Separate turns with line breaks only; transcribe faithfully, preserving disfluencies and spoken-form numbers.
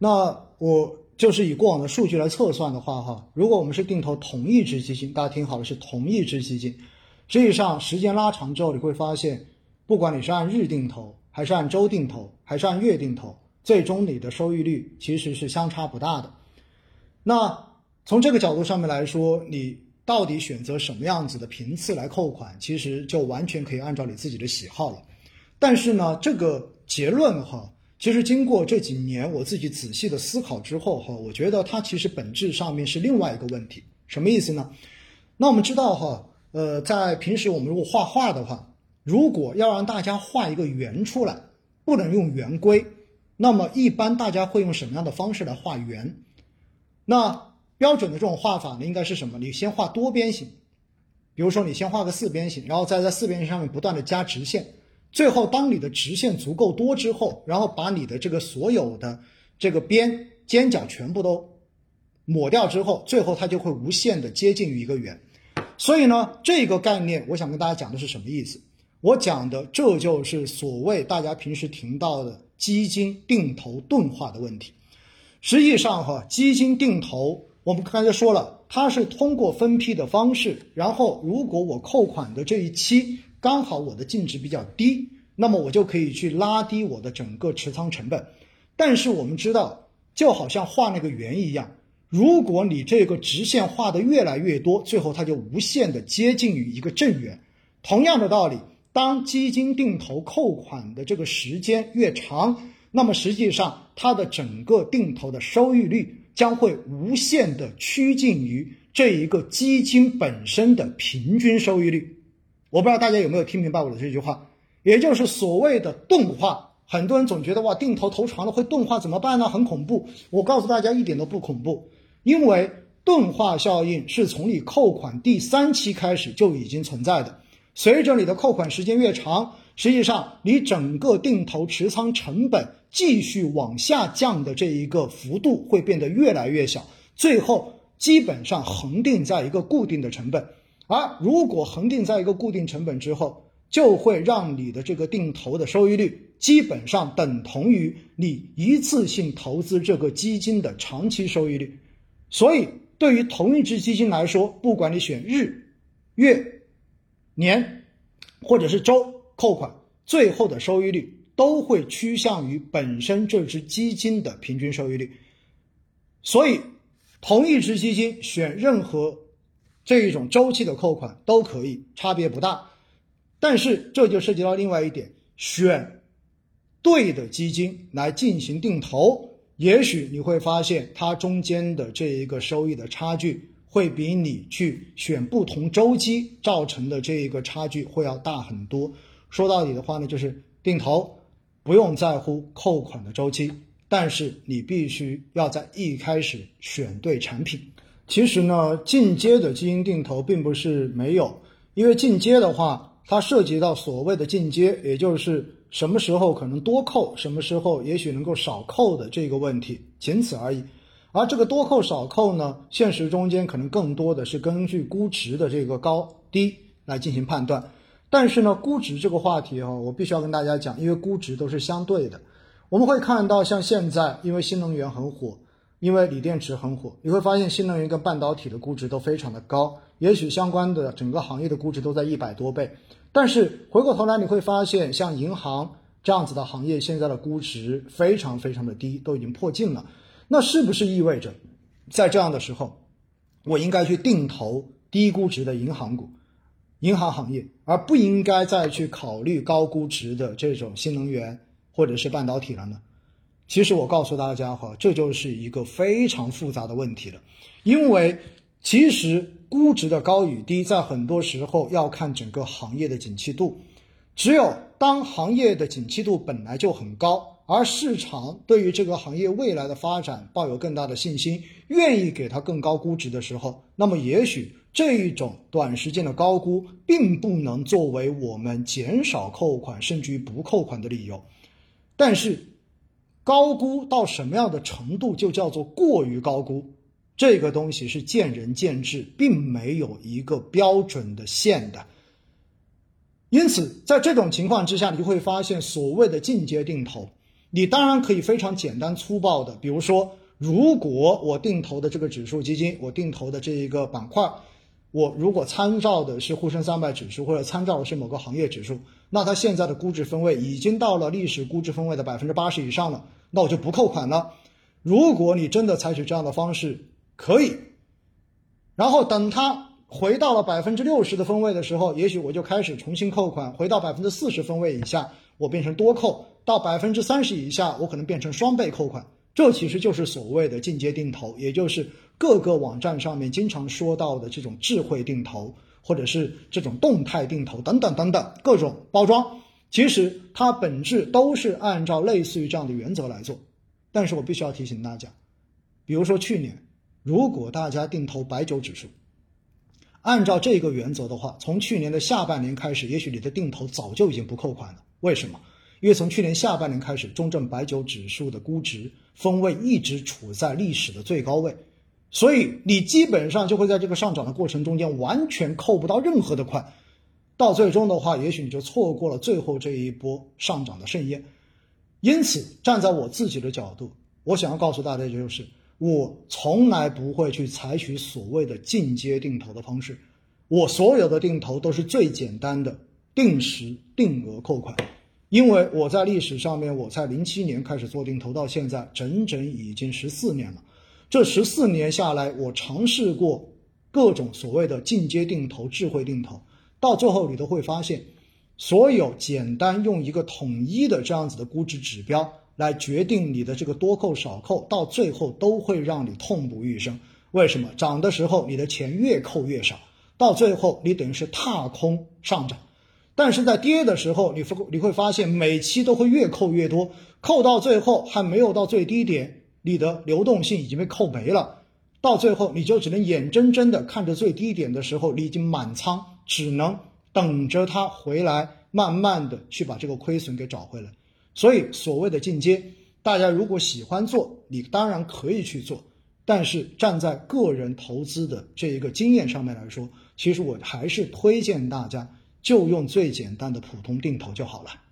那我就是以过往的数据来测算的话哈，如果我们是定投同一只基金，大家听好了，是同一只基金，实际上时间拉长之后，你会发现不管你是按日定投还是按周定投还是按月定投，最终你的收益率其实是相差不大的。那从这个角度上面来说，你到底选择什么样子的频次来扣款，其实就完全可以按照你自己的喜好了。但是呢，这个结论哈，其实经过这几年我自己仔细的思考之后哈，我觉得它其实本质上面是另外一个问题。什么意思呢？那我们知道哈，呃，在平时我们如果画画的话，如果要让大家画一个圆出来，不能用圆规，那么一般大家会用什么样的方式来画圆？那标准的这种画法呢，应该是什么？你先画多边形，比如说你先画个四边形，然后再在四边形上面不断的加直线，最后当你的直线足够多之后，然后把你的这个所有的这个边尖角全部都抹掉之后，最后它就会无限的接近于一个圆。所以呢，这个概念我想跟大家讲的是什么意思？我讲的这就是所谓大家平时听到的基金定投钝化的问题。实际上哈，基金定投我们刚才说了，它是通过分批的方式，然后如果我扣款的这一期刚好我的净值比较低，那么我就可以去拉低我的整个持仓成本。但是我们知道，就好像画那个圆一样，如果你这个直线画的越来越多，最后它就无限的接近于一个正圆。同样的道理，当基金定投扣款的这个时间越长，那么实际上它的整个定投的收益率将会无限的趋近于这一个基金本身的平均收益率。我不知道大家有没有听明白我的这句话，也就是所谓的钝化。很多人总觉得哇，定投投长了会钝化怎么办呢？很恐怖。我告诉大家一点都不恐怖，因为钝化效应是从你扣款第三期开始就已经存在的。随着你的扣款时间越长，实际上你整个定投持仓成本继续往下降的这一个幅度会变得越来越小，最后基本上恒定在一个固定的成本。而如果恒定在一个固定成本之后，就会让你的这个定投的收益率基本上等同于你一次性投资这个基金的长期收益率。所以对于同一只基金来说，不管你选日、月、年或者是周扣款，最后的收益率都会趋向于本身这只基金的平均收益率。所以同一只基金选任何这一种周期的扣款都可以，差别不大。但是这就涉及到另外一点，选对的基金来进行定投，也许你会发现它中间的这一个收益的差距会比你去选不同周期造成的这一个差距会要大很多。说到底的话呢，就是定投不用在乎扣款的周期，但是你必须要在一开始选对产品。其实呢，进阶的基金定投并不是没有，因为进阶的话它涉及到所谓的进阶，也就是什么时候可能多扣，什么时候也许能够少扣的这个问题，仅此而已。而这个多扣少扣呢，现实中间可能更多的是根据估值的这个高低来进行判断。但是呢，估值这个话题、哦、我必须要跟大家讲，因为估值都是相对的。我们会看到像现在因为新能源很火，因为锂电池很火，你会发现新能源跟半导体的估值都非常的高，也许相关的整个行业的估值都在一百多倍。但是回过头来你会发现，像银行这样子的行业现在的估值非常非常的低，都已经破净了。那是不是意味着在这样的时候我应该去定投低估值的银行股、银行行业，而不应该再去考虑高估值的这种新能源或者是半导体了呢？其实我告诉大家哈，这就是一个非常复杂的问题了。因为其实估值的高与低在很多时候要看整个行业的景气度，只有当行业的景气度本来就很高，而市场对于这个行业未来的发展抱有更大的信心，愿意给它更高估值的时候，那么也许这一种短时间的高估并不能作为我们减少扣款甚至于不扣款的理由。但是高估到什么样的程度就叫做过于高估，这个东西是见仁见智，并没有一个标准的线的。因此在这种情况之下，你就会发现所谓的进阶定投， 你当然可以非常简单粗暴的，比如说，如果我定投的这个指数基金，我定投的这一个板块，我如果参照的是沪深三百指数，或者参照的是某个行业指数，那它现在的估值分位已经到了历史估值分位的 百分之八十 以上了，那我就不扣款了。如果你真的采取这样的方式，可以，然后等它回到了 百分之六十 的分位的时候，也许我就开始重新扣款，回到 百分之四十 分位以下，我变成多扣，到 百分之三十 以下，我可能变成双倍扣款。这其实就是所谓的进阶定投，也就是各个网站上面经常说到的这种智慧定投，或者是这种动态定投等等等等各种包装，其实它本质都是按照类似于这样的原则来做。但是我必须要提醒大家，比如说去年，如果大家定投白酒指数，按照这个原则的话，从去年的下半年开始，也许你的定投早就已经不扣款了。为什么？因为从去年下半年开始，中证白酒指数的估值分位一直处在历史的最高位，所以你基本上就会在这个上涨的过程中间完全扣不到任何的款，到最终的话，也许你就错过了最后这一波上涨的盛宴。因此，站在我自己的角度，我想要告诉大家的就是，我从来不会去采取所谓的进阶定投的方式，我所有的定投都是最简单的定时定额扣款。因为我在历史上面，我在零七年开始做定投，到现在整整已经十四年了。这十四年下来，我尝试过各种所谓的进阶定投、智慧定投，到最后你都会发现，所有简单用一个统一的这样子的估值指标来决定你的这个多扣少扣，到最后都会让你痛不欲生。为什么？涨的时候你的钱越扣越少，到最后你等于是踏空上涨。但是在跌的时候，你你会发现每期都会越扣越多，扣到最后还没有到最低点，你的流动性已经被扣没了，到最后你就只能眼睁睁的看着最低点的时候你已经满仓，只能等着它回来，慢慢的去把这个亏损给找回来。所以所谓的进阶，大家如果喜欢做，你当然可以去做，但是站在个人投资的这一个经验上面来说，其实我还是推荐大家就用最简单的普通定投就好了。